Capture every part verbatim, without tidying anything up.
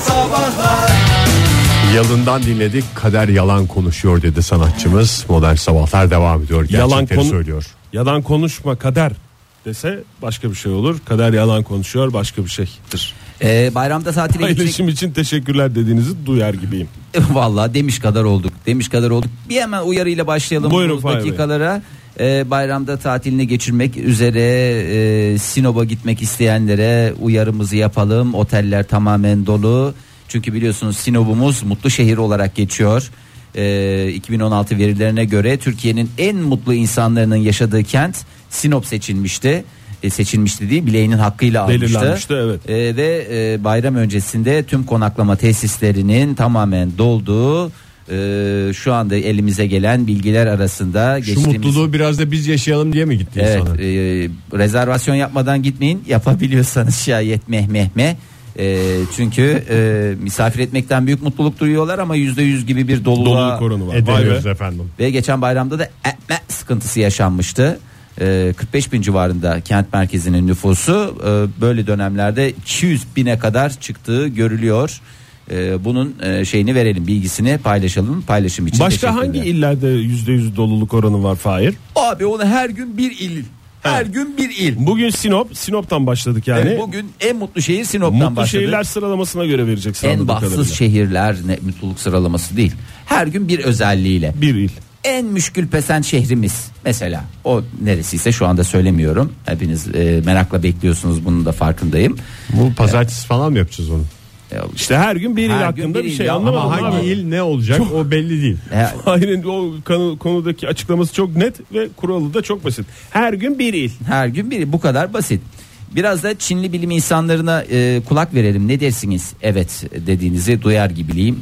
Sabahlar. Yalından dinledik. Kader yalan konuşuyor dedi sanatçımız. Modern Sabahlar devam ediyor. Gerçekleri Yalan konu- söylüyor. Yalan konuşma kader dese başka bir şey olur. Kader yalan konuşuyor başka bir şeydir. Ee, bayramda tatile gidecek. Paylaşım için teşekkürler dediğinizi duyar gibiyim. Vallahi demiş kadar olduk. Demiş kadar olduk. Bir hemen uyarıyla başlayalım Buyurun bu Fahir Bey. dakikalara. Ee, bayramda tatilini geçirmek üzere e, Sinop'a gitmek isteyenlere uyarımızı yapalım. Oteller tamamen dolu. Çünkü biliyorsunuz Sinop'umuz mutlu şehir olarak geçiyor. Ee, iki bin on altı verilerine göre Türkiye'nin en mutlu insanların yaşadığı kent Sinop seçilmişti. E, seçilmişti değil, bileğinin hakkıyla almıştı. Belirlenmişti, evet. E, ve e, bayram öncesinde tüm konaklama tesislerinin tamamen dolduğu, e, şu anda elimize gelen bilgiler arasında Şu geçtiğimiz... mutluluğu biraz da biz yaşayalım diye mi gitti Evet, insanlar? e, rezervasyon yapmadan gitmeyin, yapabiliyorsanız şayet meh meh meh. E, çünkü e, misafir etmekten büyük mutluluk duyuyorlar ama yüzde yüz gibi bir doluluğa Doluluk oranı var. Edemiyoruz Vay be. efendim. ve geçen bayramda da etme sıkıntısı yaşanmıştı. E, kırk beş bin civarında kent merkezinin nüfusu, e, böyle dönemlerde iki yüz bine kadar çıktığı görülüyor. E, bunun e, şeyini verelim, bilgisini paylaşalım, paylaşım için. Başka hangi teşekkürler. illerde yüzde yüz doluluk oranı var Fahir? Abi onu her gün bir il. Her gün bir il. Bugün Sinop, Sinop'tan başladık yani. Evet, bugün en mutlu şehir Sinop'tan Mutlu başladı. şehirler sıralamasına göre verecek. En bahtsız şehirler, ne mutluluk sıralaması değil. Her gün bir özelliğiyle. Bir il. En müşkül pesen şehrimiz mesela, o neresiyse şu anda söylemiyorum. Hepiniz e, merakla bekliyorsunuz, bunun da farkındayım. Bu pazartesi falan mı yapacağız onu? İşte her gün bir il Her gün hakkında bir bir il şey ya. anlamadım. Ama hangi abi. il ne olacak o belli değil. E, Fahir'in o konu, konudaki açıklaması çok net ve kuralı da çok basit. Her gün bir il. her gün biri, bu kadar basit. Biraz da Çinli bilim insanlarına e, kulak verelim, ne dersiniz? Evet dediğinizi duyar gibileyim.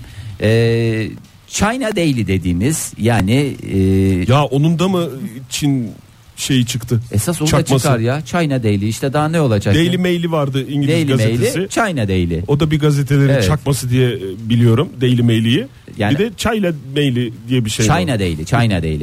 E, China Daily dediğimiz, yani e, Ya onun da mı Çin şeyi çıktı? esas o da Çakması. çıkar ya, China Daily, işte daha ne olacak? Daily ya? Mail'i vardı, İngiliz Daily gazetesi. Mail'i, China Daily. O da bir gazetelerin Evet. çakması diye e, biliyorum, Daily Mail'i. Yani- bir de China Mail'i diye bir şey China var. Daily, China Daily.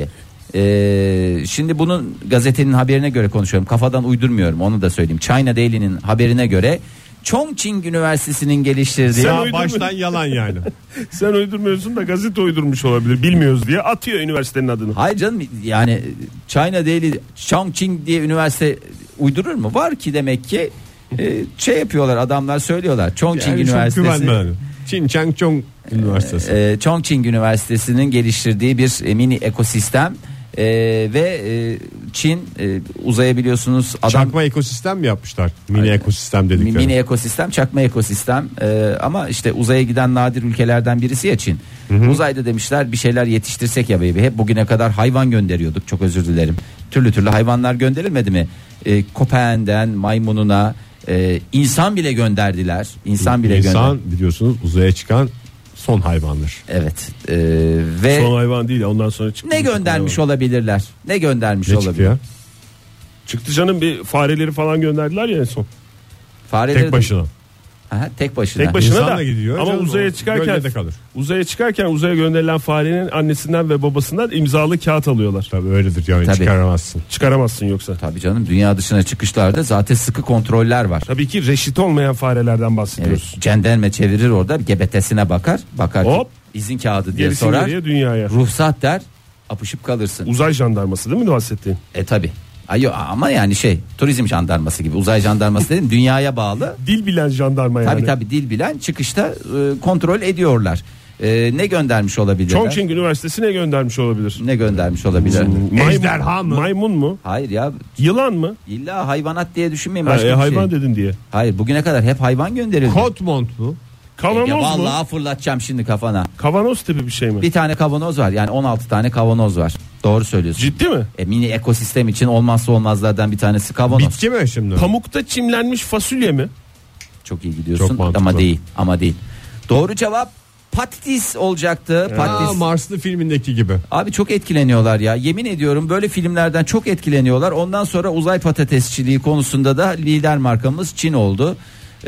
Ee, şimdi bunun gazetenin haberine göre konuşuyorum. Kafadan uydurmuyorum, onu da söyleyeyim. China Daily'nin haberine göre Chongqing Üniversitesi'nin geliştirdiği... Sen Ya uydurma- baştan yalan yani. Sen uydurmuyorsun da gazete uydurmuş olabilir, bilmiyoruz diye atıyor üniversitenin adını. Hayır canım, yani China Daily, Chongqing diye üniversite uydurur mu? Var ki demek ki e, şey yapıyorlar, adamlar söylüyorlar. Chongqing Yani çok Üniversitesi. güvenme yani. Çin Chang Chong Üniversitesi. e, Chongqing Üniversitesi'nin geliştirdiği bir e, mini ekosistem. E, ve e, Çin e, uzaya biliyorsunuz adam... Çakma ekosistem mi yapmışlar? Mini Aynen. ekosistem dedikleri. Mini ekosistem, çakma ekosistem. Ee, ama işte uzaya giden nadir ülkelerden birisi ya Çin. Uzayda demişler bir şeyler yetiştirsek ya baby. Hep bugüne kadar hayvan gönderiyorduk, çok özür dilerim. Türlü türlü hayvanlar gönderilmedi mi? Ee, köpeğinden maymununa e, insan bile gönderdiler. İnsan bile İnsan gönder. biliyorsunuz uzaya çıkan son hayvandır. Evet. Ee, ve Son hayvan değil, ondan sonra çıktı. ne göndermiş olabilirler? Ne göndermiş Ne çıktı olabilir? ya? Çıktı canım, bir fareleri falan gönderdiler ya en son. Fareleri Tek başına. Aha, tek başına. Tek başına İnsan da da gidiyor ama canım, uzaya o çıkarken gölgede kalır. uzaya çıkarken uzaya gönderilen farenin annesinden ve babasından imzalı kağıt alıyorlar. Tabii öyledir yani, Tabii. çıkaramazsın. Çıkaramazsın yoksa. Tabii canım, dünya dışına çıkışlarda zaten sıkı kontroller var. Tabii ki reşit olmayan farelerden Evet, bahsediyoruz. cenderme çevirir orada, G B T'sine bakar, bakar ki Hop. izin kağıdı diye Gerisi sorar. geriye dünyaya. Ruhsat der, apışıp kalırsın. Uzay jandarması değil mi bahsettiğin? E tabi. Ay, ama yani şey, turizm jandarması gibi, uzay jandarması dedim, dünyaya bağlı. Dil bilen jandarma yani. Tabi tabi, dil bilen çıkışta e, kontrol ediyorlar. E, ne göndermiş olabilirler? Chongqing Üniversitesi'ne göndermiş olabilir. Ne göndermiş olabilir? Maymun, Ejderha mı? Maymun mu? Hayır ya, Yılan mı? illa hayvanat diye düşünmeyin, Ha, başka e, bir hayvan şey. dedin diye. Hayır, bugüne kadar hep hayvan gönderildi. Kotmont mu? Kavanoz Ya mu? vallahi fırlatacağım şimdi kafana. Kavanoz tipi bir şey mi? Bir tane kavanoz var, yani on altı tane kavanoz var. Doğru söylüyorsun. Ciddi mi? E, mini ekosistem için olmazsa olmazlardan bir tanesi kavanoz. Bitki mi şimdi? Pamukta çimlenmiş fasulye mi? Çok iyi gidiyorsun Çok mantıklı. ama değil, ama değil. Doğru cevap patates olacaktı. Aa, Patates. Marslı filmindeki gibi. Abi çok etkileniyorlar ya. Yemin ediyorum, böyle filmlerden çok etkileniyorlar. Ondan sonra uzay patatesçiliği konusunda da lider markamız Çin oldu.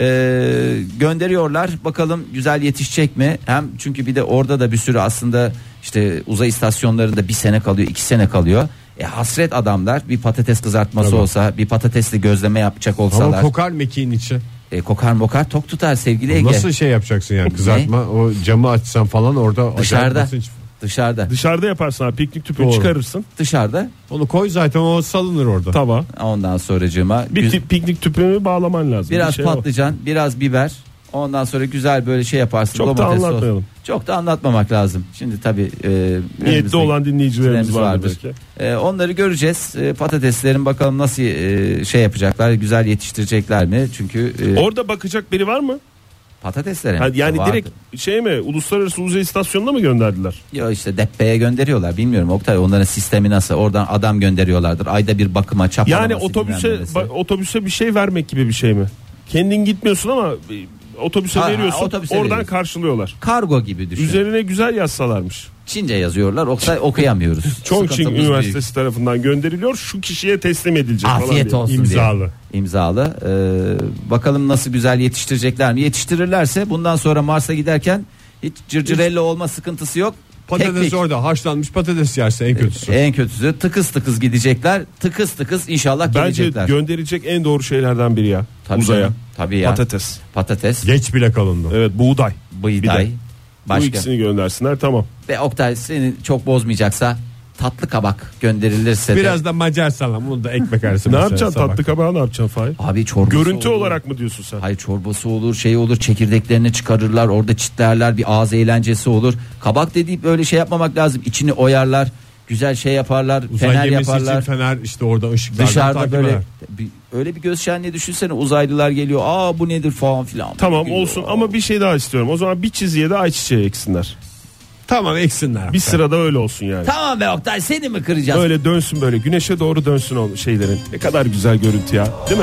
Ee, gönderiyorlar. Bakalım güzel yetişecek mi? Hem çünkü bir de orada da bir sürü aslında işte uzay istasyonlarında bir sene kalıyor, iki sene kalıyor. E hasret adamlar, bir patates kızartması Tabii. olsa, bir patatesli gözleme yapacak Ama olsalar. kokar mekiğin içi. E, kokar mokar tok tutar sevgili Ege. Nasıl şey yapacaksın yani kızartma? O camı açsan falan orada Dışarıda. basınç... Dışarıda. Dışarıda yaparsın abi, piknik tüpünü Doğru. çıkarırsın. Dışarıda. Onu koy zaten, o salınır orada. Tava. Ondan sonracığıma Bir güz- tip piknik tüpünü bağlaman lazım. biraz Bir şey patlıcan, biraz biber. Ondan sonra güzel böyle şey yaparsın. Çok da domates sos. anlatmayalım. Çok da anlatmamak lazım. Şimdi tabii e, Niyetli önümüzde olan dinleyicilerimiz vardır. E, onları göreceğiz. E, patateslerin bakalım nasıl e, şey yapacaklar, güzel yetiştirecekler mi? Çünkü e, Orada bakacak biri var mı? patateslere Ha, yani vardı. direkt şey mi, uluslararası uzay istasyonuna mı gönderdiler? Ya işte deppeye gönderiyorlar. Bilmiyorum Oktay, onların sistemi nasıl? Oradan adam gönderiyorlardır. Ayda bir bakıma, çapalaması. Yani otobüse bilmem nesi. ba- otobüse bir şey vermek gibi bir şey mi? Kendin gitmiyorsun ama e, otobüse Ha, ha, veriyorsun. otobüse oradan veriyorsun. karşılıyorlar. Kargo gibi düşün. Üzerine güzel yazsalarmış. Çince yazıyorlar. Oktay okuyamıyoruz. Chongqing Sıkıntımız Üniversitesi büyük. tarafından gönderiliyor. Şu kişiye teslim edilecek falan Afiyet diye. olsun İmzalı. diye. İmzalı. Ee, bakalım nasıl güzel yetiştirecekler mi? Yetiştirirlerse bundan sonra Mars'a giderken hiç cırcırelli olma sıkıntısı yok. Patates Tek tek. orada haşlanmış patates yerse en kötüsü. En kötüsü tıkız tıkız gidecekler. Tıkız tıkız inşallah Bence gelecekler. gönderecek en doğru şeylerden biri ya. Tabii Uzaya. canım, tabii ya. Patates. Patates, Geç bile kalındı. Evet, buğday. bıyday. Bu Başka. ikisini göndersinler, tamam. Ve Oktay seni çok bozmayacaksa tatlı kabak gönderilirse de. Biraz da Macar salam, bunu da ekmek arası. Ne mesela yapacaksın, sabah. tatlı kabağı ne yapacaksın Fahir? Abi çorbası Görüntü olur. olarak mı diyorsun sen? Hayır, çorbası olur, şey olur, çekirdeklerini çıkarırlar, orada çitlerler, bir ağız eğlencesi olur. Kabak dediği böyle şey yapmamak lazım. İçini oyarlar, güzel şey yaparlar, Uzay fener gemisi yaparlar. için fener işte orada ışıklardan Dışarıda takip böyle eder. bir, öyle bir göz şenliği düşünsene, uzaylılar geliyor. Aa bu nedir falan filan. Tamam Geliyor. olsun ama bir şey daha istiyorum. O zaman bir çizgiye de ayçiçeği eksinler. Tamam, eksinler. Bir sırada öyle olsun yani. Tamam be Oktay, seni mi kıracağız? Böyle dönsün, böyle güneşe doğru dönsün o şeylerin. Ne kadar güzel görüntü ya, değil mi?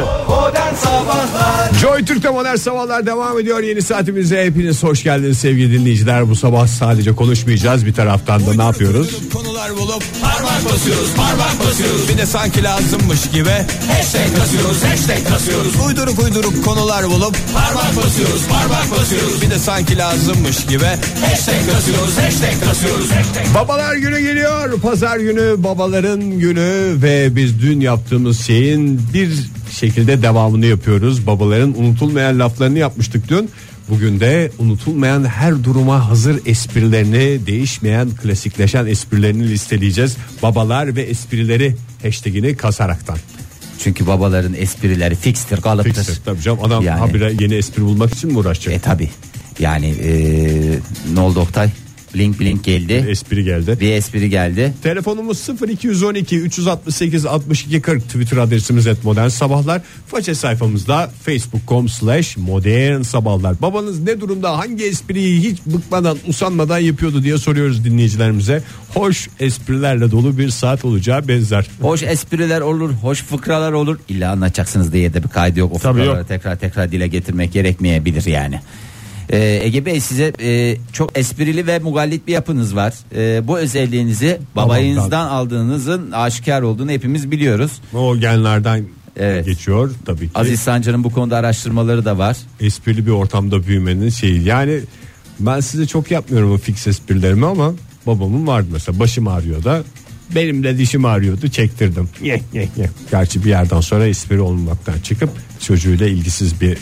Joy Türk'te Modern Sabahlar devam ediyor. Yeni saatimize hepiniz hoş geldiniz sevgili dinleyiciler. Bu sabah sadece konuşmayacağız. Bir taraftan da ne yapıyoruz? Konular bulup parmak basıyoruz, parmak basıyoruz. Bir de sanki lazımmış gibi hashtag kasıyoruz, hashtag kasıyoruz. Uyduruk uyduruk konular bulup parmak basıyoruz, parmak basıyoruz. Bir de sanki lazımmış gibi hashtag kasıyoruz, hashtag kasıyoruz. Hashtag. Babalar günü geliyor. Pazar günü babaların günü ve biz dün yaptığımız şeyin bir şekilde devamını yapıyoruz. Babaların unutulmayan laflarını yapmıştık dün. Bugün de unutulmayan her duruma hazır esprilerini, değişmeyen klasikleşen esprilerini listeleyeceğiz. Babalar ve esprileri hashtagini kasaraktan. Çünkü babaların esprileri fikstir, kalıptır. Fixer, tabii canım, adam Yani. habire yeni espri bulmak için mi uğraşacak? E tabi. Yani e, ne oldu Oktay? Blink blink geldi. Espri geldi. Bir espri geldi. Telefonumuz sıfır iki on iki üç altı sekiz altmış iki kırk, Twitter adresimiz et modern sabahlar. Faça sayfamızda facebook nokta com slash modern sabahlar. Babanız ne durumda, hangi espriyi hiç bıkmadan usanmadan yapıyordu diye soruyoruz dinleyicilerimize. Hoş esprilerle dolu bir saat olacağı benzer. Hoş espriler olur, hoş fıkralar olur. İlla anlatacaksınız diye de bir kaydı yok. O Tabii fıkraları yok. tekrar tekrar dile getirmek gerekmeyebilir yani. Ee, Ege Bey, size e, çok esprili ve mugallit bir yapınız var. E, bu özelliğinizi babanızdan aldığınızın aşikar olduğunu hepimiz biliyoruz. O genlerden Evet. geçiyor tabii ki. Aziz Sancar'ın bu konuda araştırmaları da var. Esprili bir ortamda büyümenin şeyi. Yani ben size çok yapmıyorum o fix esprilerimi ama babamın vardı mesela, başım ağrıyor da benim de dişim ağrıyordu, çektirdim. Ye, ye, ye. Gerçi bir yerden sonra espri olmaktan çıkıp çocuğuyla ilgisiz bir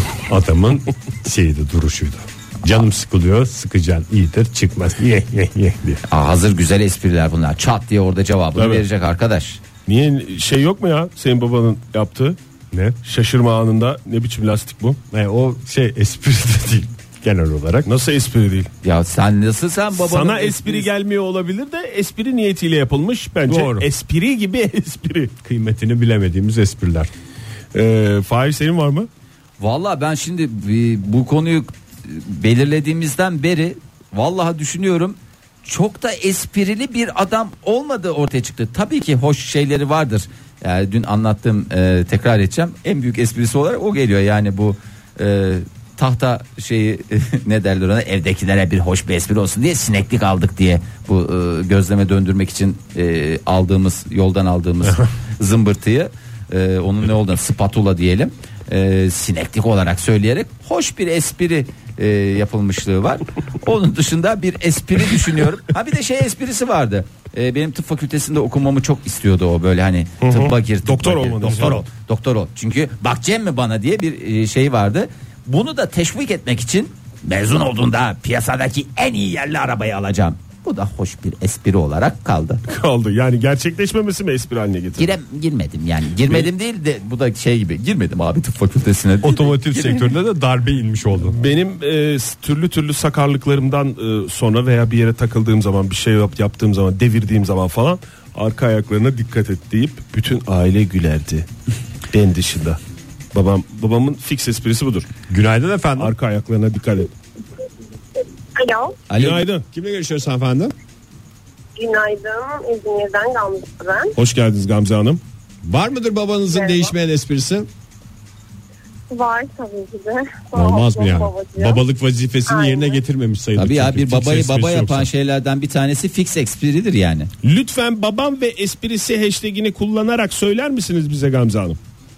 adamın şeydi, duruşuydu. Canım sıkılıyor, sıkacaksın, iyidir, çıkmaz. Ye, ye, ye diye. Aa, hazır güzel espriler bunlar. Çat diye orada cevabını Tabii. verecek arkadaş. Niye şey yok mu ya senin babanın yaptığı? Ne? Şaşırma anında ne biçim lastik bu? E, o şey espri de değil genel olarak. Nasıl espri değil? Ya sen nasıl, sen babanın Sana espri esprisi- gelmiyor olabilir de espri niyetiyle yapılmış bence. Doğru. Espri gibi espri. Kıymetini bilemediğimiz espriler. Ee, Fahir, senin var mı? Vallahi ben şimdi e, bu konuyu belirlediğimizden beri vallahi düşünüyorum, çok da esprili bir adam olmadığı ortaya çıktı. Tabii ki hoş şeyleri vardır. Yani dün anlattığım, e, tekrar edeceğim, en büyük esprisi olarak o geliyor. Yani bu e, tahta şeyi ne derler ona, evdekilere bir hoş bir espri olsun diye sineklik aldık diye bu e, gözleme döndürmek için e, aldığımız yoldan aldığımız zımbırtıyı, e, onun ne olduğunu spatula diyelim, e, sineklik olarak söyleyerek hoş bir espri e, yapılmışlığı var. Onun dışında bir espri düşünüyorum. Ha bir de şey esprisi vardı. e, benim tıp fakültesinde okumamı çok istiyordu o, böyle hani Hı-hı. tıbba gir, tıbba Doktor gir, olmanı doktor ol, doktor ol. Çünkü bakacağım mı bana diye bir e, şey vardı. Bunu da teşvik etmek için mezun olduğunda piyasadaki en iyi yerli arabayı alacağım. Bu da hoş bir espri olarak kaldı. Kaldı. Yani gerçekleşmemesi mi espri haline getirdi? Girem, girmedim yani. Girmedim değil de bu da şey gibi. Girmedim abi tıp fakültesine. Otomotiv sektöründe de darbe inmiş oldu. Benim e, türlü türlü sakarlıklarımdan e, sonra veya bir yere takıldığım zaman, bir şey yap, yaptığım zaman, devirdiğim zaman falan arka ayaklarına dikkat et deyip bütün aile gülerdi. Ben dışında. Babam babamın fix esprisi budur. Günaydın efendim. Arka ayaklarına dikkat et. Alo. Alo. Günaydın. Kimle görüşüyoruz efendim? Günaydın. İzmir'den Gamze ben. Hoş geldiniz Gamze Hanım. Var mıdır babanızın Merhaba. değişmeyen esprisi? Var tabii ki de. Olmaz mı yani? Babacığım. Babalık vazifesini Aynen. yerine getirmemiş sayılır. Tabii ya, çünkü bir fix babayı esprisi baba yapan yoksa. şeylerden bir tanesi fix espridir yani. Lütfen babam ve esprisi hashtagini kullanarak söyler misiniz bize Gamze Hanım?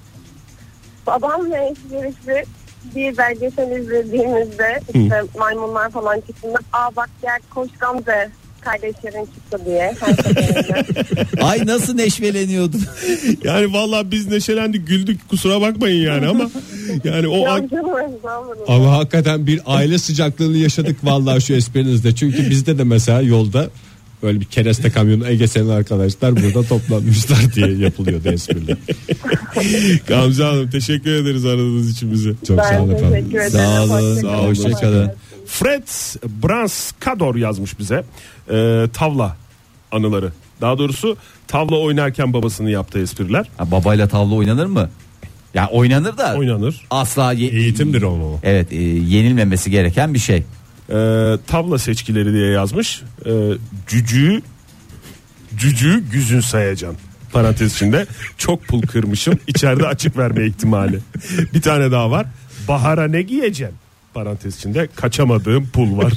Babam ve eşlerisi bir belgesel izlediğimizde işte maymunlar falan çıktığında aa bak gel koş Gamze kardeşlerin çıktı diye. Her seferinde. Ay nasıl neşveleniyordu. Yani vallahi biz neşelendik, güldük, kusura bakmayın yani ama yani o an... Ya canım, estağfurullah. Ama hakikaten bir aile sıcaklığını yaşadık vallahi şu esprinizde. Çünkü bizde de mesela yolda böyle bir kereste kamyonu Ege Senin arkadaşlar burada toplanmışlar diye yapılıyordu espriler. Gamze Hanım teşekkür ederiz aradığınız için bizi. Çok Ben sağ olun efendim. teşekkür ederim. Sağ olun, Hoşça sağ kalın. olun, hoşça kalın. Fred Branskador yazmış bize ee, tavla anıları. Daha doğrusu tavla oynarken babasının yaptığı espriler. Ha, babayla tavla oynanır mı? Ya oynanır da. Oynanır. Asla ye- Eğitimdir onu. Evet, e, yenilmemesi gereken bir şey. Ee, tavla seçkileri diye yazmış. Ee, cücüğü cücüğü güzün sayacan. Parantez içinde çok pul kırmışım. İçeride açık verme ihtimali. Bir tane daha var. Bahara ne giyeceksin? Parantez içinde kaçamadığım pul var.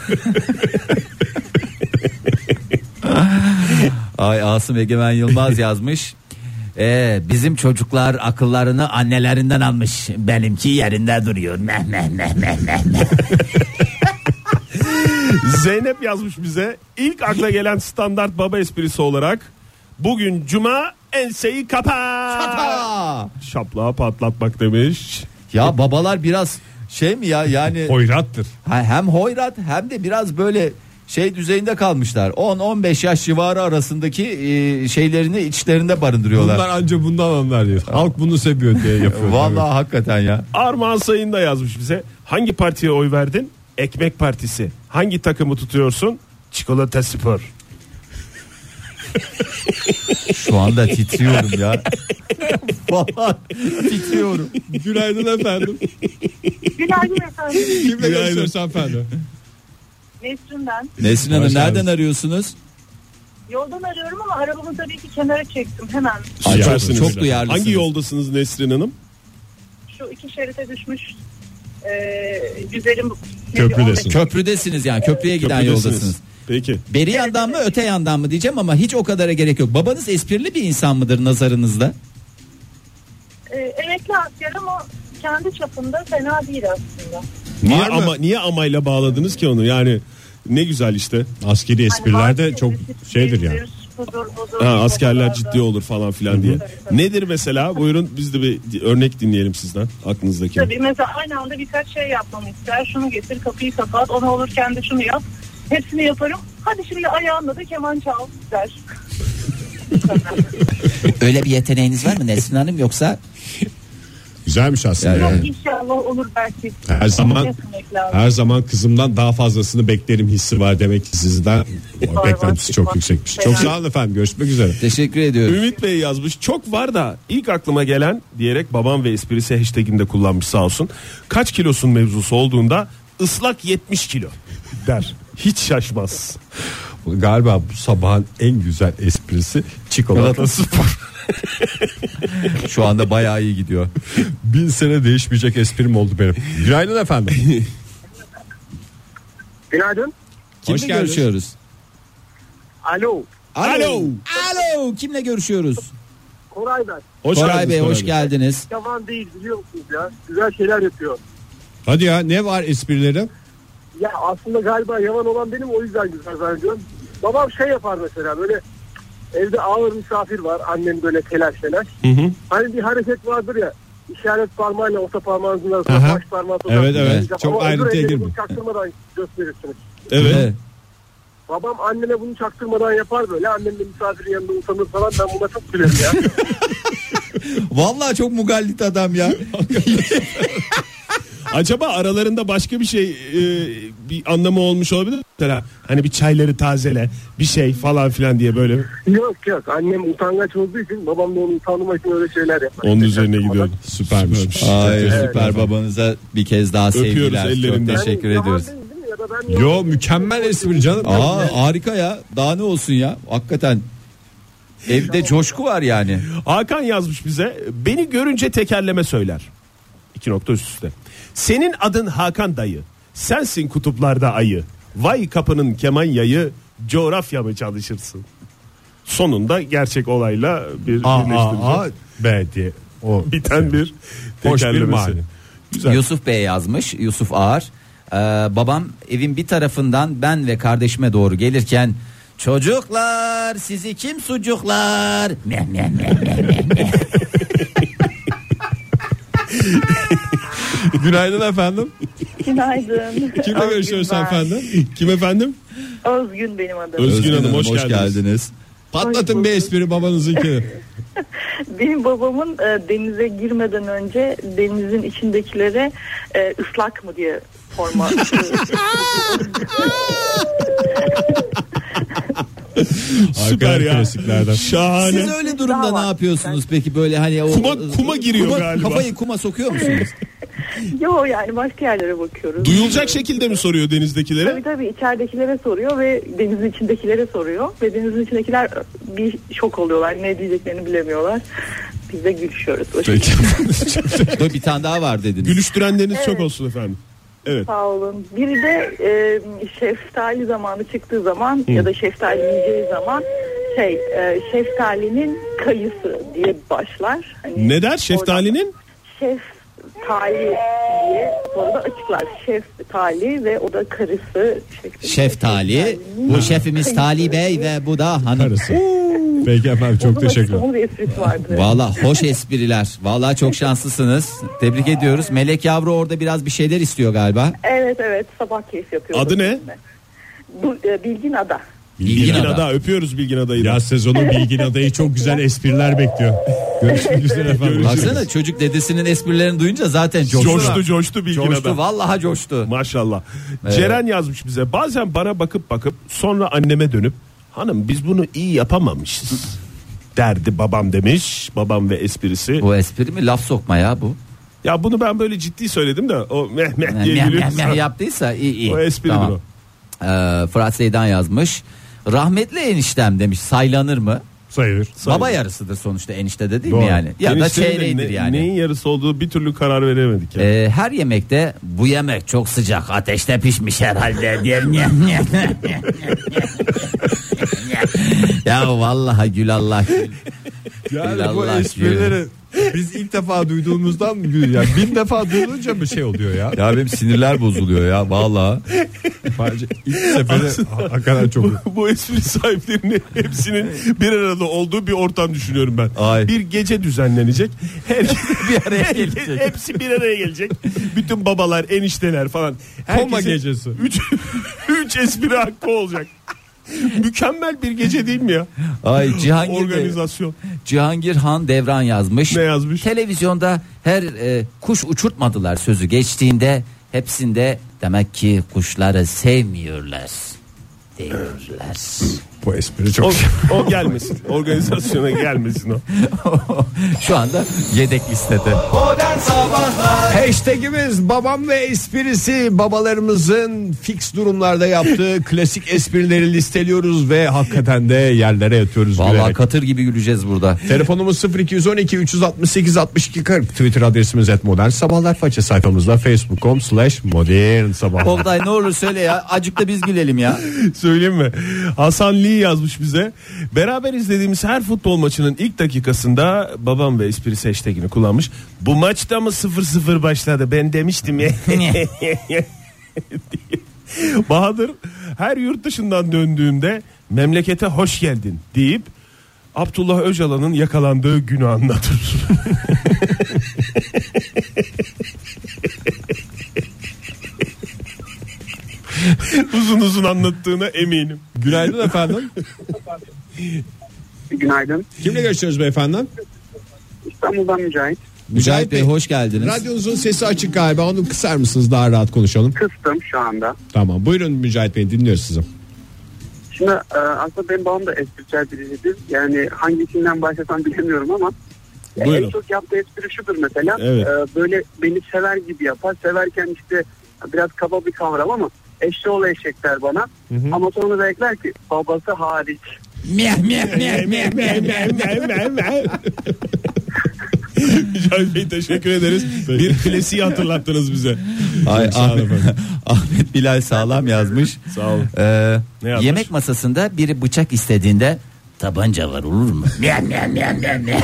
Ay Asım Egemen Yılmaz yazmış. Ee, bizim çocuklar akıllarını annelerinden almış. Benimki yerinde duruyor. Meh meh meh meh meh. meh. Zeynep yazmış bize. İlk akla gelen standart baba esprisi olarak bugün cuma enseyi kapa. Aa! Şaplağı patlatmak demiş. Ya babalar biraz şey mi ya yani Hoyrattır. ha, hem hoyrat hem de biraz böyle şey düzeyinde kalmışlar. on on beş yaş civarı arasındaki e, şeylerini içlerinde barındırıyorlar. Bunlar anca bundan anlar diyor. Halk bunu seviyor diye yapıyor. Vallahi hakikaten ya. Armağan Sayın da yazmış bize. Hangi partiye oy verdin? Ekmek Partisi. Hangi takımı tutuyorsun? Çikolata Spor. Şu anda titriyorum ya. Vallahi titriyorum. Günaydın efendim. Günaydın efendim. Kimle görüşüyoruz efendim? Nesrin ben. Nesrin Hanım Hoş nereden geldiniz. arıyorsunuz? Yoldan arıyorum ama arabamı tabii ki kenara çektim hemen. Ay, çok, Süpersiniz. çok duyarlısınız. Hangi yoldasınız Nesrin Hanım? Şu iki şerite düşmüş e, güzelim. Köprüdesin. Köprüdesiniz yani, köprüye giden Köprüdesiniz. yoldasınız. Peki. Beri yandan mı öte yandan mı diyeceğim ama hiç o kadara gerek yok. Babanız esprili bir insan mıdır nazarınızda? E, emekli asker ama kendi çapında fena değil aslında. Niye Var mı? ama niye amayla bağladınız ki onu? Yani ne güzel işte. Askeri espriler de Hani çok bazı şeydir yani. espridir, budur, budur, Ha, askerler budur, ciddi olur falan filan diye. Tabii, tabii. Nedir mesela? Buyurun biz de bir örnek dinleyelim sizden aklınızdaki. Tabii mesela aynı anda birkaç şey yapmamı ister. Şunu getir, kapıyı kapat, onu olurken de şunu yap. Hepsini yaparım. Hadi şimdi ayağınla da keman çal der. Öyle bir yeteneğiniz var mı Nesrin Hanım yoksa? Güzelmiş aslında. Yani- yani. İnşallah olur belki. Her zaman Yapmak lazım. her zaman kızımdan daha fazlasını beklerim hissi var demek ki sizden. O beklentisi çok yüksekmiş. Çok sağ olun efendim. Görüşmek üzere. Teşekkür ediyorum. Ümit Bey yazmış. Çok var da ilk aklıma gelen diyerek babam ve esprisi hashtaginde kullanmış sağ olsun. Kaç kilosun mevzusu olduğunda ıslak yetmiş kilo der. Hiç şaşmaz. Galiba bu sabahın en güzel esprisi çikolata spor. Şu anda bayağı iyi gidiyor. Bin sene değişmeyecek esprim oldu benim. Günaydın efendim. Günaydın. Kimle Hoş geldiniz. görüşüyoruz? Alo. Alo. Alo. Kimle görüşüyoruz? Koray ben. Hoş Koray geldiniz Bey Koray hoş Bey. geldiniz. Yaman değil biliyor musunuz ya? Güzel şeyler yapıyor. Hadi ya, ne var esprileri? Ya aslında galiba yaman olan benim, o yüzden güzel zannediyorum. babam şey yapar mesela, böyle evde ağır misafir var, annem böyle telaş telaş. Hı hı. Hani bir hareket vardır ya, işaret parmağıyla orta parmağınızın arasında baş parmağı tutar. Evet evet, çok ayrıntıya girme. Çaktırmadan gösterirsiniz. Evet. evet. Babam anneme bunu çaktırmadan yapar böyle. Annem de misafirin yanında utanır falan. Ben buna çok gülerim ya. Vallahi çok mugallit adam ya. Acaba aralarında başka bir şey e, bir anlamı olmuş olabilir mi? Mesela hani bir çayları tazele, bir şey falan filan diye böyle. Yok yok, annem utangaç olduğu için babam da onu utandırmak için öyle şeyler yapar. Onun üzerine gidiyor. Süpermiş. Süpermiş. Ay, evet, süper evet. Babanıza bir kez daha öpüyoruz sevgiler. ellerinden. Çok teşekkür yani, ediyoruz. Yo, mükemmel espri canım. Aa, harika ya. Daha ne olsun ya? Hakikaten. Evde coşku var yani. Hakan yazmış bize. Beni görünce tekerleme söyler. İki nokta üst üste. Senin adın Hakan dayı. Sensin kutuplarda ayı. Vay kapının keman yayı. Coğrafya mı çalışırsın? Sonunda gerçek olayla bir A, birleştirici. A, A, B diye. O biten bir tekerlemesi. Güzel. Yusuf Bey yazmış. Yusuf Ağar. Ee, babam evin bir tarafından ben ve kardeşime doğru gelirken, çocuklar sizi kim sucuklar? Meh, meh, meh, meh, meh. Günaydın efendim. Günaydın. Kimle görüşüyoruz efendim? Kim efendim? Özgün benim adım. Özgün, Özgün Hanım, hoş, hoş geldiniz. geldiniz. Patlatın bir espri babanızınki. Benim babamın e, denize girmeden önce denizin içindekilere e, ıslak mı diye sorma. Süper ya. Klasiklerden. Şahane. Siz öyle durumda ne yapıyorsunuz peki, böyle hani o kuma, kuma giriyor kuma, galiba. Kafayı kuma sokuyor musunuz? Yok yani başka yerlere bakıyoruz. Duyulacak şekilde mi soruyor denizdekilere? Tabii tabii, içeridekilere soruyor ve denizin içindekilere soruyor ve denizin içindekiler bir şok oluyorlar, ne diyeceklerini bilemiyorlar. Biz de gülüşüyoruz. Bir tane daha var dediniz. Gülüştürenleriniz evet. Çok olsun efendim. Evet. Sağ olun. Biri de e, şeftali zamanı çıktığı zaman Hı. ya da şeftali yiyeceği zaman şey e, şeftalinin kayısı diye başlar. Hani ne der şeftalinin? Şeftali diye sonra da açıklar. Şeftali ve o da karısı. Şeftali. Bu şefimiz kayısı. Tali Bey ve bu da hanım. Karısı. Peki efendim, çok teşekkürler. Valla hoş espriler. Valla çok şanslısınız. Tebrik ediyoruz. Melek yavru orada biraz bir şeyler istiyor galiba. Evet evet, sabah keyif yapıyor. Adı ne? Bu, e, Bilgin Ada. Bilgin, Bilgin Ada. Ada. Öpüyoruz Bilgin Ada'yı. Yaz sezonu Bilgin Ada'yı çok güzel espriler bekliyor. Görüşmek üzere efendim. Baksana, çocuk dedesinin esprilerini duyunca zaten coştu. Coştu coştu Bilgin coştu, Ada. Vallahi coştu. Maşallah. Evet. Ceren yazmış bize. Bazen bana bakıp bakıp sonra anneme dönüp, hanım biz bunu iyi yapamamışız derdi babam demiş. Babam ve esprisi. Bu espri mi? Laf sokma ya bu. Ya bunu ben böyle ciddi söyledim de o meh meh diye meh, gülüyorsun. Meh meh yaptıysa iyi iyi. O espridir tamam. O. Ee, Fırat Seydan yazmış. Rahmetli eniştem demiş, saylanır mı? Sayılır. Sayılır. Baba yarısıdır sonuçta enişte de değil Doğru. mi yani? Ya enişte da çeyreğidir ne, yani. Neyin yarısı olduğu bir türlü karar veremedik yani. Ee, her yemekte bu yemek çok sıcak, ateşte pişmiş herhalde diye. Ya vallahi gül Allah gül. Yani gül bu Allah esprileri gül. Biz ilk defa duyduğumuzdan mı gül ya? Bin defa duyulunca bir şey oluyor ya. Ya benim sinirler bozuluyor ya vallahi. Bence ilk sefere hakikaten çok. Bu, bu espri sahiplerinin hepsinin bir arada olduğu bir ortam düşünüyorum ben. Ay. Bir gece düzenlenecek. Herkes bir araya gelecek. Hepsi bir araya gelecek. Bütün babalar, enişteler falan. Koma gecesi. Üç, üç espri hakkı olacak. Mükemmel bir gece değil mi ya? Ay Cihangir Organizasyon. De, Cihangir Han Devran yazmış. Ne yazmış? Televizyonda her e, kuş uçurtmadılar sözü geçtiğinde hepsinde demek ki kuşları sevmiyorlar diyorlar. Bu espri çok. O, o gelmesin. Organizasyona gelmesin o. Şu anda yedek listede. Hashtagimiz babam ve esprisi. Babalarımızın fix durumlarda yaptığı klasik esprileri listeliyoruz ve hakikaten de yerlere yatıyoruz. Vallahi gülerek. Katır gibi güleceğiz burada. Telefonumuz sıfır iki on iki üç altı sekiz altmış iki kırk. Twitter adresimiz et modern sabahlar. Faça sayfamızda facebook nokta com slash modern sabahlar. Oktay ne olur söyle ya. Acık da biz gülelim ya. Söyleyeyim mi? Hasan Lee yazmış bize. Beraber izlediğimiz her futbol maçının ilk dakikasında babam ve esprisi hashtagini kullanmış. Bu maçta mı sıfır sıfır başladı? Ben demiştim ya. Bahadır her yurt dışından döndüğünde memlekete hoş geldin deyip Abdullah Öcalan'ın yakalandığı günü anlatır. Uzun uzun anlattığına eminim. Günaydın efendim. Günaydın. Kimle görüşüyoruz beyefendi? İstanbul'dan Mücahit. Mücahit Bey hoş geldiniz. Radyonuzun sesi açık galiba, onu kısar mısınız, daha rahat konuşalım. Kıstım şu anda. Tamam, buyurun Mücahit Bey, dinliyoruz sizi. Şimdi e, aslında benim babam da espritüel birisidir. Yani hangisinden başlasam bilemiyorum ama e, en çok yaptığı espri şudur mesela. Evet. E, böyle beni sever gibi yapar. Severken işte biraz kaba bir kavram ama eşşoğlu eşek der bana. Hı hı. Ama sonra da ekler ki babası hariç. Meh meh meh meh meh meh meh. Mücahit Bey teşekkür ederiz. Bir klasiği hatırlattınız bize. Ay, Ahmet, Ahmet Bilal Sağlam yazmış. Sağ olun. Ee, Ne yazmış? Yemek masasında biri bıçak istediğinde tabanca var olur mu? Meh meh meh meh meh.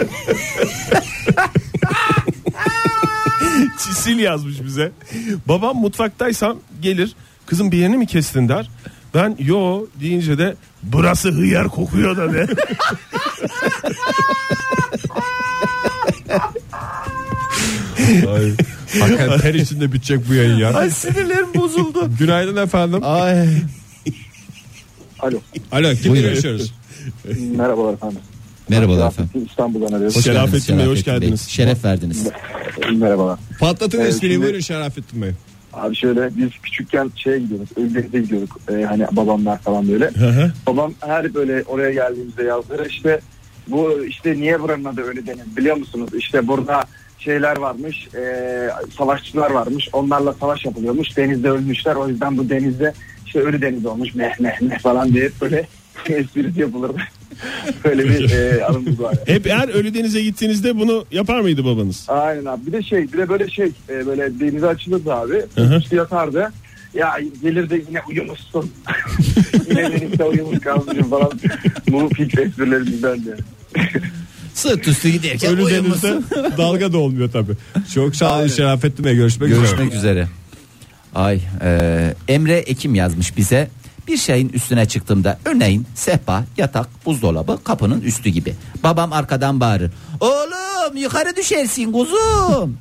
Çisil yazmış bize. Babam mutfaktaysam gelir, kızım bir yerini mi kestin der. Ben yo deyince de burası hıyar kokuyor da de. Ay, hakikaten ter içinde bitecek bu yayın ya. Ay sinirlerim bozuldu. Günaydın efendim. Ay. Alo. Alo, kimle görüşüyoruz? Merhabalar efendim. Merhabalar efendim. İstanbul'dan arıyorum. Hoş Şerafettin geldiniz, Bey, hoş Şerafettin Bey. geldiniz. Şeref verdiniz. Merhabalar. Patlatın Evet, espriyi, şimdi- buyurun Şerafettin Bey. Abi şöyle biz küçükken şeye gidiyorduk. Ölüdeniz'e gidiyorduk. Ee, hani babamlar falan böyle. Hı hı. Babam her böyle oraya geldiğimizde yazları işte bu işte niye buranın adı Ölüdeniz biliyor musunuz? İşte burada şeyler varmış. E, savaşçılar varmış. Onlarla savaş yapılıyormuş. Denizde ölmüşler. O yüzden bu denizde işte Ölüdeniz olmuş. Meh meh meh falan diye böyle esprisi yapılırdı. Böyle bir e, anımız var. Yani. Hep eğer Ölüdeniz'e gittiğinizde bunu yapar mıydı babanız? Aynen abi. Bir de şey, bir de böyle şey, e, böyle denize açılırdı abi. Hı-hı. Üstü yatardı. Ya gelir de yine uyumuşsun. Yine denizde uyumuş kalmışım falan. Bu fix esprilerimizden de. Sırt üstü giderken Ölüdeniz'de uyumuşsun. dalga da olmuyor tabii. Çok sağ olun Şerafettin Bey, görüşmek, Görüşmek üzere. üzere. Ay e, Emre Ekim yazmış bize. Bir şeyin üstüne çıktığımda, örneğin sehpa, yatak, buzdolabı kapının üstü gibi. Babam arkadan bağırır. Oğlum yukarı düşersin kuzum.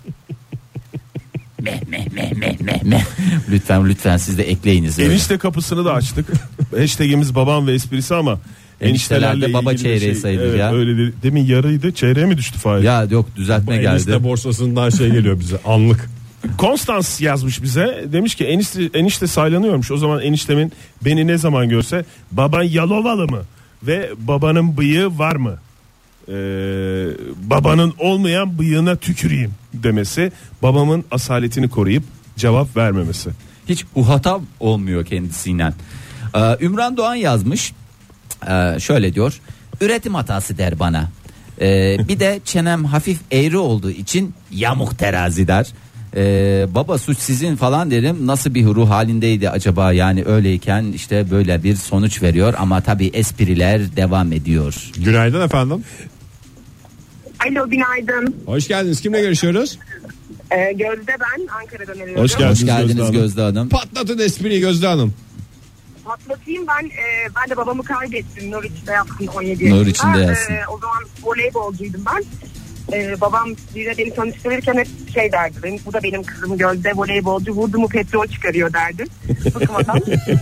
meh meh meh meh meh meh. Lütfen lütfen siz de ekleyiniz. öyle. Enişte kapısını da açtık. Hashtagimiz babam ve esprisi ama Eniştelerde baba ilgili bir çeyreği sayılır evet, ya. Öyle de, demin yarıydı, çeyreğe mi düştü Fahir? Ya yok, düzeltme geldi. Enişte borsasından şey geliyor bize, anlık. Konstans yazmış bize, demiş ki enişte, enişte saylanıyormuş. O zaman eniştemin beni ne zaman görse baban Yalovalı mı ve babanın bıyığı var mı, ee, babanın olmayan bıyığına tüküreyim demesi, babamın asaletini koruyup cevap vermemesi. Hiç uhatam olmuyor kendisiyle. Ee, Ümran Doğan yazmış. Ee, şöyle diyor. Üretim hatası der bana. Ee, bir de çenem hafif eğri olduğu için yamuk terazi der. Ee, baba suç sizin falan derim. Nasıl bir ruh halindeydi acaba, yani öyleyken işte böyle bir sonuç veriyor ama tabii espriler devam ediyor. Günaydın efendim. Alo, günaydın. Hoş geldiniz. Kimle görüşüyoruz? Ee, Gözde ben, Ankara'dan arıyorum. Hoş geldiniz, Hoş geldiniz Gözde Hanım. Gözde Hanım. Patlatın espriyi Gözde Hanım. Patlatayım ben. E, ben de babamı kaybettim. Norwich'te yaptım on yedi Nur yaşında. içinde yazsın. E, o zaman voleybolcuydum ben. E, babam bize beni tanıştırırken hep şey derdi. Benim, bu da benim kızım Gözde, voleybolcu, vurdu mu petrol çıkarıyor derdi. Bıkmadan.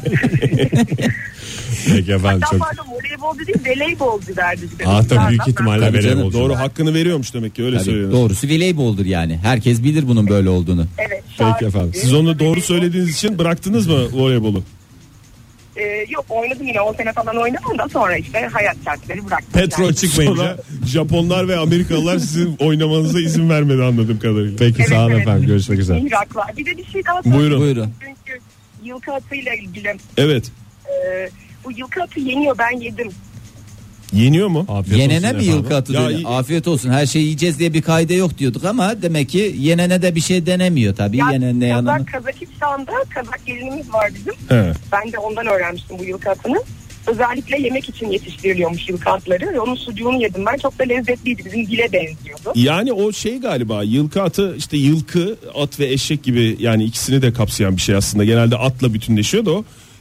Peki efendim, Hatta çok. pardon, voleybolcu değil voleybolcu derdi. Bir de. Ah tabii, büyük ihtimalle Tabii canım, vereyim. Doğru, hakkını veriyormuş demek ki, öyle Tabii, söylüyoruz. doğrusu voleyboldur yani. Herkes bilir bunun böyle olduğunu. Evet. Peki efendim. Siz onu doğru söylediğiniz için bıraktınız mı voleybolu? E, yok, oynadım yine on sene falan oynadım da sonra işte hayat şartları bıraktım. Petrol Yani. çıkmayınca. Sonra Japonlar ve Amerikalılar sizin oynamanıza izin vermedi anladığım kadarıyla. Peki Evet, sağ olun evet. efendim, görüşmek üzere. Iraklar. Bir de bir şey daha Buyurun. Buyurun. Çünkü yılkı atıyla ilgili. Evet. E, bu yılkı atı yeniyor, ben yedim. Yeniyor mu? Afiyet Yenene olsun mi efendim. yılkı atı Ya, diyor? iyi- Afiyet olsun, her şeyi yiyeceğiz diye bir kaide yok diyorduk ama demek ki yenene de bir şey denemiyor tabii. Ya, Yenene yanına. Kazak, Kazakistan'da Kazak gelinimiz var bizim. He. Ben de ondan öğrenmiştim bu yılkı atını. Özellikle yemek için yetiştiriliyormuş yılkı atları. Ve onun sucuğunu yedim ben. Çok da lezzetliydi. Bizim dile benziyordu. Yani o şey galiba, yılkı atı işte, yılkı at ve eşek gibi, yani ikisini de kapsayan bir şey aslında. Genelde atla bütünleşiyor da o.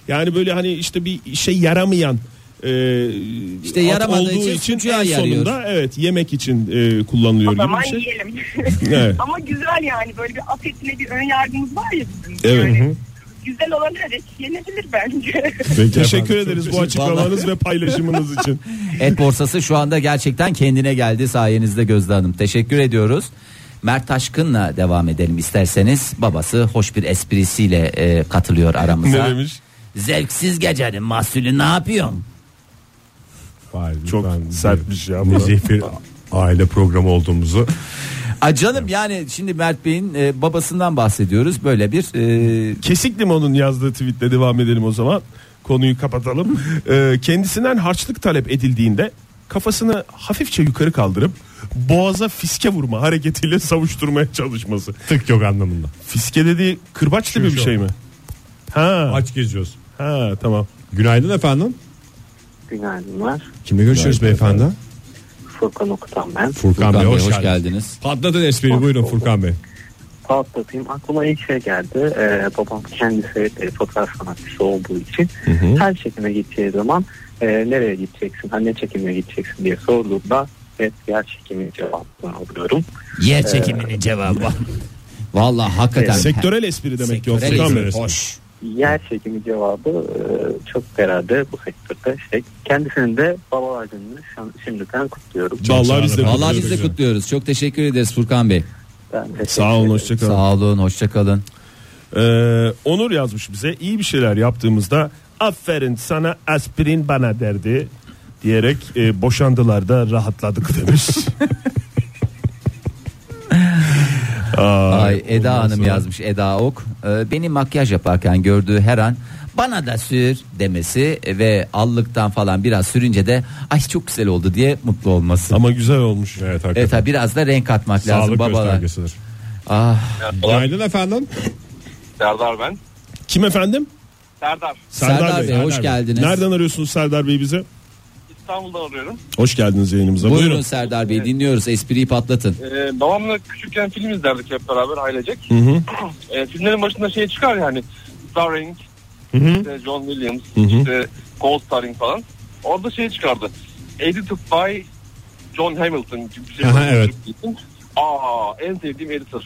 Yani böyle hani işte bir işe yaramayan e, işte yaramadığı için, için sucuğa en yarıyor. sonunda evet yemek için e, kullanılıyor O zaman gibi bir şey. yiyelim. Evet. Ama güzel yani böyle bir at etine bir ön yargımız var ya bizim. Evet. Yani güzel olan her et yenebilir bence. Peki, teşekkür efendim, ederiz çok bu açıklamanız ve paylaşımınız için. Et borsası şu anda gerçekten kendine geldi sayenizde Gözde Hanım. Teşekkür ediyoruz. Mert Taşkın'la devam edelim isterseniz. Babası hoş bir esprisiyle e, katılıyor aramıza. Ne demiş? Zevksiz gecenin mahsulü ne yapıyorsun? Vay, Çok lütfen sertmiş ya bu. nezih bir aile programı olduğumuzu. Ay canım yani şimdi Mert Bey'in e, babasından bahsediyoruz. Böyle bir e, Kesik Limon'un yazdığı tweetle devam edelim o zaman. Konuyu kapatalım. Ee, kendisinden harçlık talep edildiğinde kafasını hafifçe yukarı kaldırıp boğaza fiske vurma hareketiyle savuşturmaya çalışması. Tık yok anlamında. Fiske dediği kırbaç gibi Şu, bir şu. şey mi? Ha. Aç geziyoruz. Ha tamam. Günaydın efendim. Günaydınlar. Kimle görüşüyoruz Günaydın beyefendi? Furkan Okutan ben. Furkan, Furkan Bey, Bey hoş, hoş geldiniz. geldiniz. Patladın espriyi, Hoş buyurun bulduk. Furkan Bey. Patlatayım. Aklıma ilk şey geldi. Ee, babam kendisi e, fotoğraf sanatçısı olduğu için her çekime gideceği zaman e, nereye gideceksin, ha, ne çekimine gideceksin diye sorduğumda evet yer çekimi cevabını alıyorum. Yer çekiminin cevabı. Vallahi hakikaten. Sektörel espri demek ki o Sektörel Furkan espri. Bey. Hoş. Yer çekimi cevabı e, çok herhalde bu sektörde. İşte kendisinin de babalar gününü şu- şimdiden kutluyorum. Vallahi biz de Vallahi kutluyoruz. biz de kutluyoruz. Çok teşekkür ederiz Furkan Bey. Ben teşekkür Sağ olun ederim. hoşçakalın. Sağ olun, hoşça kalın. Ee, Onur yazmış bize, iyi bir şeyler yaptığımızda aferin sana aspirin bana derdi diyerek e, boşandılar da rahatladık demiş. Ay Eda ondan Hanım sonra- yazmış, Eda Ok. Ee, beni makyaj yaparken gördüğü her an bana da sür demesi ve allıktan falan biraz sürünce de ay çok güzel oldu diye mutlu olması. Ama güzel olmuş. Evet hakikaten. Evet tabii biraz da renk katmak lazım Sağlık babalar. göstergesidir. Ah, Günaydın efendim. Serdar ben. Kim efendim? Serdar. Serdar Bey, hoş geldiniz. Nereden arıyorsunuz Serdar Bey bize? İstanbul'dan arıyorum. Hoş geldiniz yayınımıza. Buyurun, Buyurun. Serdar Bey, dinliyoruz, espriyi patlatın. Ee, babamla küçükken film izlerdik hep beraber ailecek. Hı hı. Ee, filmlerin başında şey çıkar yani. Starring, Hı hı. işte John Williams, Hı hı. işte co-starring falan. Orada şey çıkardı. Edited by John Hamilton gibi bir şey. Aha, evet. Aa, en sevdiğim editor.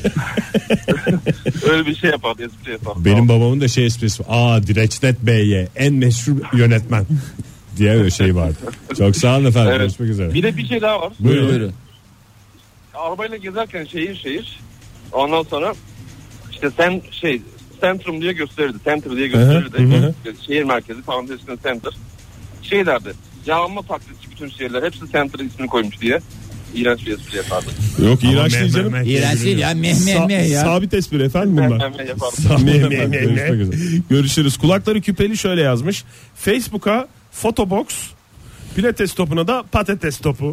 Öyle bir şey yapardı, espri yapardı. Benim babamın da şey esprisi var. Aa Direçnet Bey'e en meşhur yönetmen diye öyle şey vardı. Çok sağ olun efendim. Evet. Görüşmek üzere. Bir de bir şey daha var. Buyurun. Buyurun. Arabayla gezerken şehir şehir, ondan sonra işte sen şey Centrum diye gösterirdi, Center diye gösterirdi. Hı hı. Şehir merkezi, parantezinde Center. Şey derdi, yağma taklitçi bütün şehirler hepsi Center'ın ismini koymuş diye. İğrenç bir espri yapardı. Yok iğrenç meh, değil meh, canım. meh. İğrenç değil ya, meh meh Sa- meh ya. Sabit espri efendim bunlar. Hemen yapardı. Meh, meh, meh, Görüşmek meh. üzere. Görüşürüz. Kulakları küpeli şöyle yazmış. Facebook'a fotobox, pilates topuna da patates topu.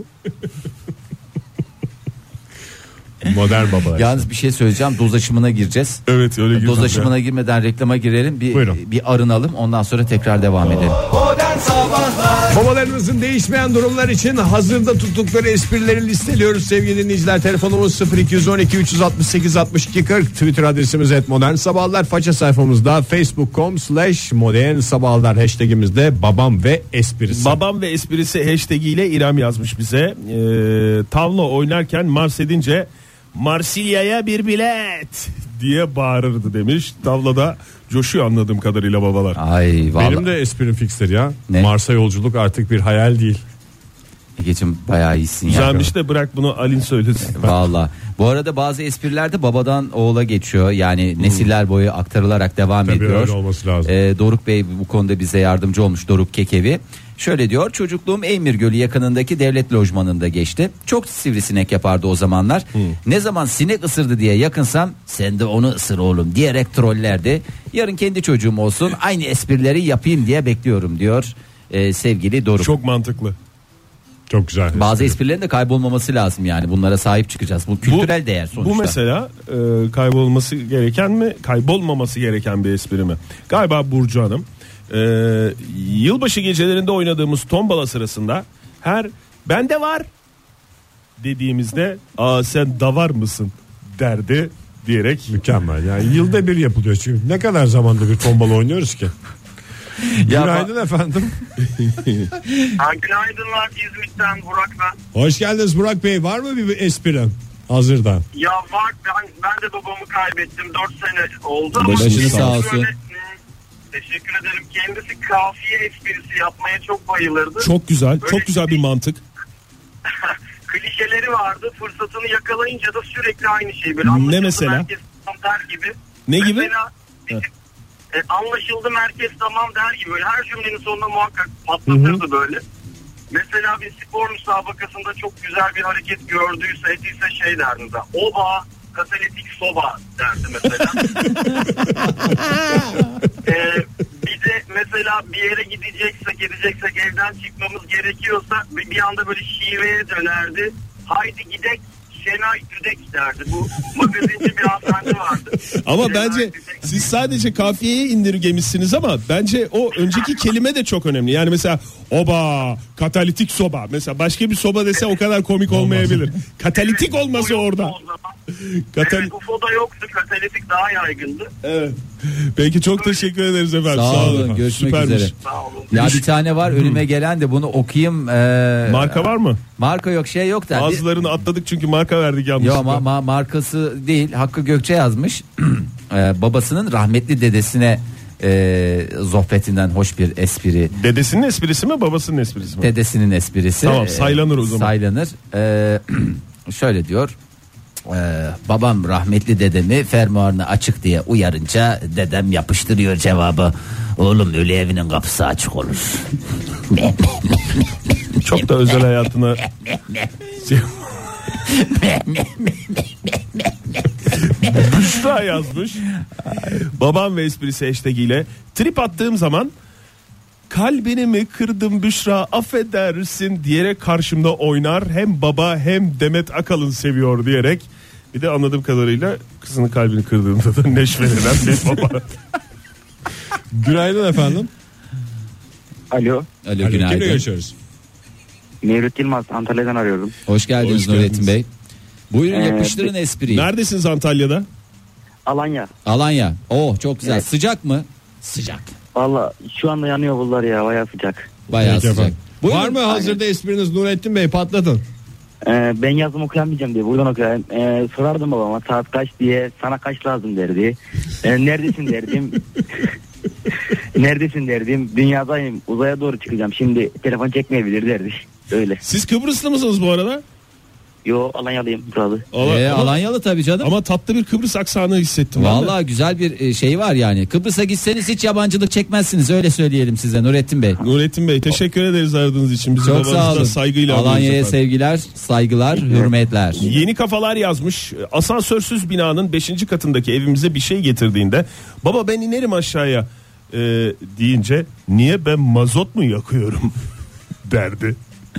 Modern babalar. Yalnız bir şey söyleyeceğim, doz aşımına gireceğiz. Evet öyle girdim. Doz aşımına girmeden reklama girelim, bir, Buyurun. bir arınalım, ondan sonra tekrar devam edelim. Babalarımızın değişmeyen durumlar için hazırda tuttukları esprileri listeliyoruz sevgili dinleyiciler. Telefonumuz sıfır iki on iki üç altı sekiz altmış iki kırk. Twitter adresimiz et modern sabahlar. Faça sayfamızda facebook nokta com slash modern sabahlar hashtagimizde babam ve esprisi. Babam ve esprisi hashtag ile İrem yazmış bize. Ee, tavla oynarken Mars edince Marsilya'ya bir bilet diye bağırırdı demiş. Tavlada coşuyor anladığım kadarıyla babalar. Ay vallahi. Benim de esprim fikstir ya. Ne? Mars'a yolculuk artık bir hayal değil. Geçim bayağı iyisin ya. Güzelmiş de bırak bunu Alin söylesin. Valla. Bu arada bazı espriler de babadan oğula geçiyor. Yani nesiller boyu aktarılarak devam Tabii ediyor. öyle olması lazım. Ee, Doruk Bey bu konuda bize yardımcı olmuş, Doruk Kekevi. Şöyle diyor: çocukluğum Eymir Gölü yakınındaki devlet lojmanında geçti. Çok sivrisinek yapardı o zamanlar. Ne zaman sinek ısırdı diye yakınsam sen de onu ısır oğlum diyerek trollerdi. Yarın kendi çocuğum olsun aynı esprileri yapayım diye bekliyorum diyor ee, sevgili Doruk. Çok mantıklı. Çok güzel. Bazı esprilerin de kaybolmaması lazım yani. Bunlara sahip çıkacağız. Bu kültürel bu, değer sonuçta. Bu mesela e, kaybolması gereken mi, kaybolmaması gereken bir espri mi? Galiba Burcu Hanım. E, yılbaşı gecelerinde oynadığımız tombala sırasında her bende var dediğimizde aa sen davar mısın derdi diyerek. Mükemmel. Yani yılda bir yapılıyor çünkü ne kadar zamanda bir tombala oynuyoruz ki? Ya Günaydın efendim. Ha, günaydınlar, İzmit'ten Burak ben. Hoş geldiniz Burak Bey. Var mı bir, bir espri hazırda? Ya var, ben, ben de babamı kaybettim, dört sene oldu. Başınız sağ olsun. Şöyle, teşekkür ederim. Kendisi kafiye esprisi yapmaya çok bayılırdı. Çok güzel, Böyle çok güzel bir mantık. klişeleri vardı. Fırsatını yakalayınca da sürekli aynı şey. Böyle Ne anlaşıldı mesela? Merkez tamam der gibi. Ne gibi? Mesela, e, anlaşıldı merkez tamam der gibi. Böyle her cümlenin sonunda muhakkak patlatırdı böyle. Mesela bir spor müsabakasında çok güzel bir hareket gördüyse ettiyse şey derdi mesela. Oba katalitik soba derdi mesela. ee, bir de mesela bir yere gideceksek gideceksek evden çıkmamız gerekiyorsa bir, bir anda böyle şiveye dönerdi. Haydi gidek Şenay Düdek derdi. Bu magazinci bir hanımefendi vardı. Ama Şenay bence Düdek. siz sadece kafiyeye indirgemişsiniz ama bence o önceki kelime de çok önemli. Yani mesela oba, katalitik soba. Mesela başka bir soba dese o kadar komik olmayabilir. Katalitik Evet, olması o yoktu orada. o zaman. Katal- Evet, U F O'da yoktu. Katalitik daha yaygındı. Evet. Peki çok teşekkür ederiz efendim. Sağ olun, efendim. görüşmek Süpermiş. üzere. Sağ olun. Ya bir tane var önüme gelen de bunu okuyayım. Ee, Marka var mı? Marka yok, şey yok da. Bazılarını atladık çünkü marka verdik yanlışlıkla. Yok ama ma- markası değil. Hakkı Gökçe yazmış. Ee, babasının rahmetli dedesine e, sohbetinden hoş bir espri. Dedesinin esprisi mi babasının esprisi mi? Dedesinin esprisi. Tamam, Ee, saylanır o zaman. Saylanır. Ee, şöyle diyor. Ee, babam rahmetli dedemi fermuarını açık diye uyarınca dedem yapıştırıyor cevabı. Oğlum ölü evinin kapısı açık olur. Çok da özel hayatına Büşra yazmış. Babam ve esprisi hashtag ile trip attığım zaman kalbini mi kırdım Büşra affedersin diyerek karşımda oynar. Hem baba hem Demet Akalın seviyor diyerek. Bir de anladığım kadarıyla kızının kalbini kırdığında da neşvelenen bir baba. Günaydın efendim. Alo. Alo, Kimle günaydın. görüşüyoruz? Mevlüt Yılmaz, Antalya'dan arıyorum. Hoş geldiniz Hoş Nurettin geldiniz. Bey. Buyurun Ee, yapıştırın espriyi. Neredesiniz Antalya'da? Alanya. Alanya. Oh çok güzel. Evet. Sıcak mı? Sıcak. Valla şu anda yanıyor bunlar ya, bayağı sıcak. Bayağı Peki sıcak. efendim. Buyurun. Var mı hazırda espriniz Nurettin Bey, patlatın. Ee, ben yazım okuyamayacağım diye buradan okuyayım. Ee, sorardım babama saat kaç diye, sana kaç lazım derdi. Ee, neredesin derdim. Neredesin derdim. Dünyadayım, uzaya doğru çıkacağım. Şimdi telefon çekmeyebilir derdi. Öyle. Siz Kıbrıslı mısınız bu arada? Yo, Alanyalıyım buralı. Ala- Ee, ama, Alanyalı tabii canım. ama tatlı bir Kıbrıs aksanı hissettim. ben de. Vallahi güzel bir e, şey var yani. Kıbrıs'a gitseniz hiç yabancılık çekmezsiniz, öyle söyleyelim size Nurettin Bey. Nurettin Bey teşekkür ederiz aradığınız için. Bizi Çok sağ babanızdan olun. saygıyla alıyoruz Alanya'ya efendim. sevgiler, saygılar, hürmetler. Yeni kafalar yazmış. Asansörsüz binanın beşinci katındaki evimize bir şey getirdiğinde baba ben inerim aşağıya e, deyince niye ben mazot mu yakıyorum derdi.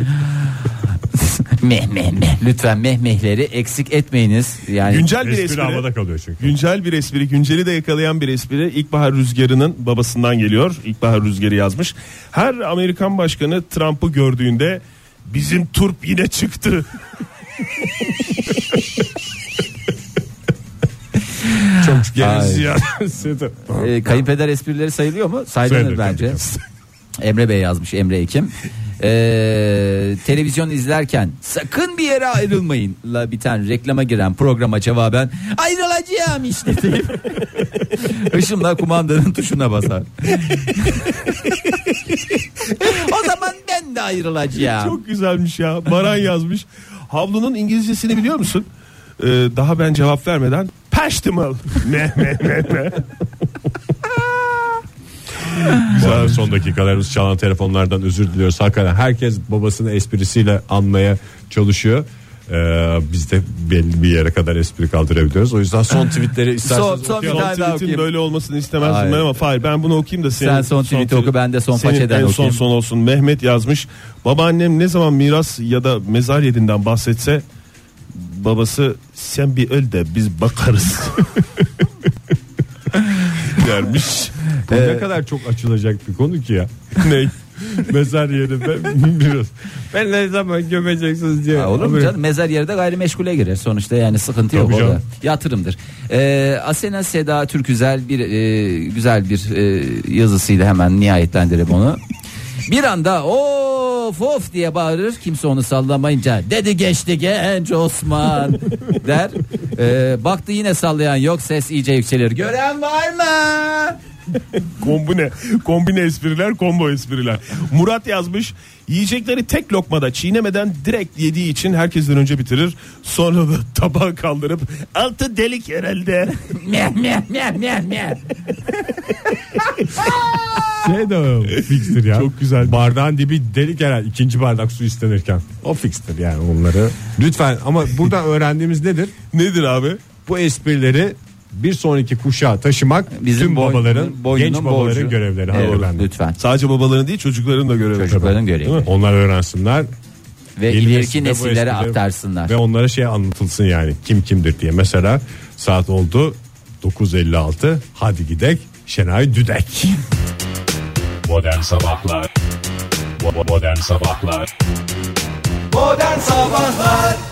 Meh meh meh. Lütfen meh mehleri eksik etmeyiniz. Yani Güncel bir Espri espri. havada kalıyor çünkü. Güncel bir espri. Günceli de yakalayan bir espri. İlkbahar Rüzgarı'nın babasından geliyor. İlkbahar Rüzgarı yazmış. Her Amerikan başkanı Trump'ı gördüğünde bizim turp yine çıktı. Çok geriz Ay. ya. e, kayınpeder esprileri sayılıyor mu? Sayılır Sayılır bence. tabii. Emre Bey yazmış, Emre Ekim. Ee, televizyon izlerken sakın bir yere ayrılmayın la biten reklama giren programa cevaben ayrılacağım işte deyip ışımla kumandanın tuşuna basar. O zaman ben de ayrılacağım. Çok güzelmiş ya. Baran yazmış. Havlunun İngilizcesini biliyor musun? Ee, daha ben cevap vermeden Peştimal. Ne ne ne ne. Bu arada son dakikalarımız, çalan telefonlardan özür diliyoruz. Hakikaten herkes babasını esprisiyle anmaya çalışıyor. Ee, biz de belli bir yere kadar espri kaldırabiliyoruz. O yüzden son tweetleri isterseniz Son- son okuyalım. bir tane Son daha tweet'in okuyayım. böyle olmasını istemezdim Hayır. ben ama Fahir ben bunu okuyayım da senin, Sen son tweet'i tweet- oku, ben de son senin façeden en son okuyayım. son olsun. Mehmet yazmış. Babaannem ne zaman miras ya da mezar yediğinden bahsetse babası sen bir öl de biz bakarız. dermiş. Bu ne kadar çok açılacak bir konu ki ya. Ne? Mezar yerinde biraz. Ben ne zaman gömeceksiniz diye. Ha, olur mu canım? Mezar yeri de gayrimeşgule girer sonuçta, yani sıkıntı yok Tabii orada. canım. Yatırımdır. Ee, Asena Seda Türküzel bir e, güzel bir e, yazısıydı, hemen nihayetlendirip onu. Bir anda of of diye bağırır, kimse onu sallamayınca dedi geçti genç Osman der. Ee, baktı yine sallayan yok, ses iyice yükselir. Gören var mı? Kombine, kombine espriler, combo espriler. Murat yazmış, yiyecekleri tek lokmada çiğnemeden direkt yediği için herkesten önce bitirir. Sonra da tabağı kaldırıp altı delik herhalde. Meh meh meh meh meh. Şey de o fikstir ya. Çok güzel. Bardağın dibi delik herhalde ikinci bardak su istenirken. O fikstir yani onları. Lütfen, ama buradan öğrendiğimiz nedir? Nedir abi? Bu esprileri bir sonraki kuşağa taşımak Bizim tüm boy- babaların, boynunun genç babaların borcu. görevleri. Evet, hanımefendi. lütfen. Sadece babaların değil, çocukların da görevi. Çocukların görevi. Değil mi? Onlar öğrensinler Ve yeni ileriki nesile bu nesillere esprileri- aktarsınlar. ve onlara şey anlatılsın yani, kim kimdir diye. Mesela saat oldu dokuz elli altı, hadi gidek Şenay Düdek. Modern Sabahlar Bo- Modern Sabahlar Modern Sabahlar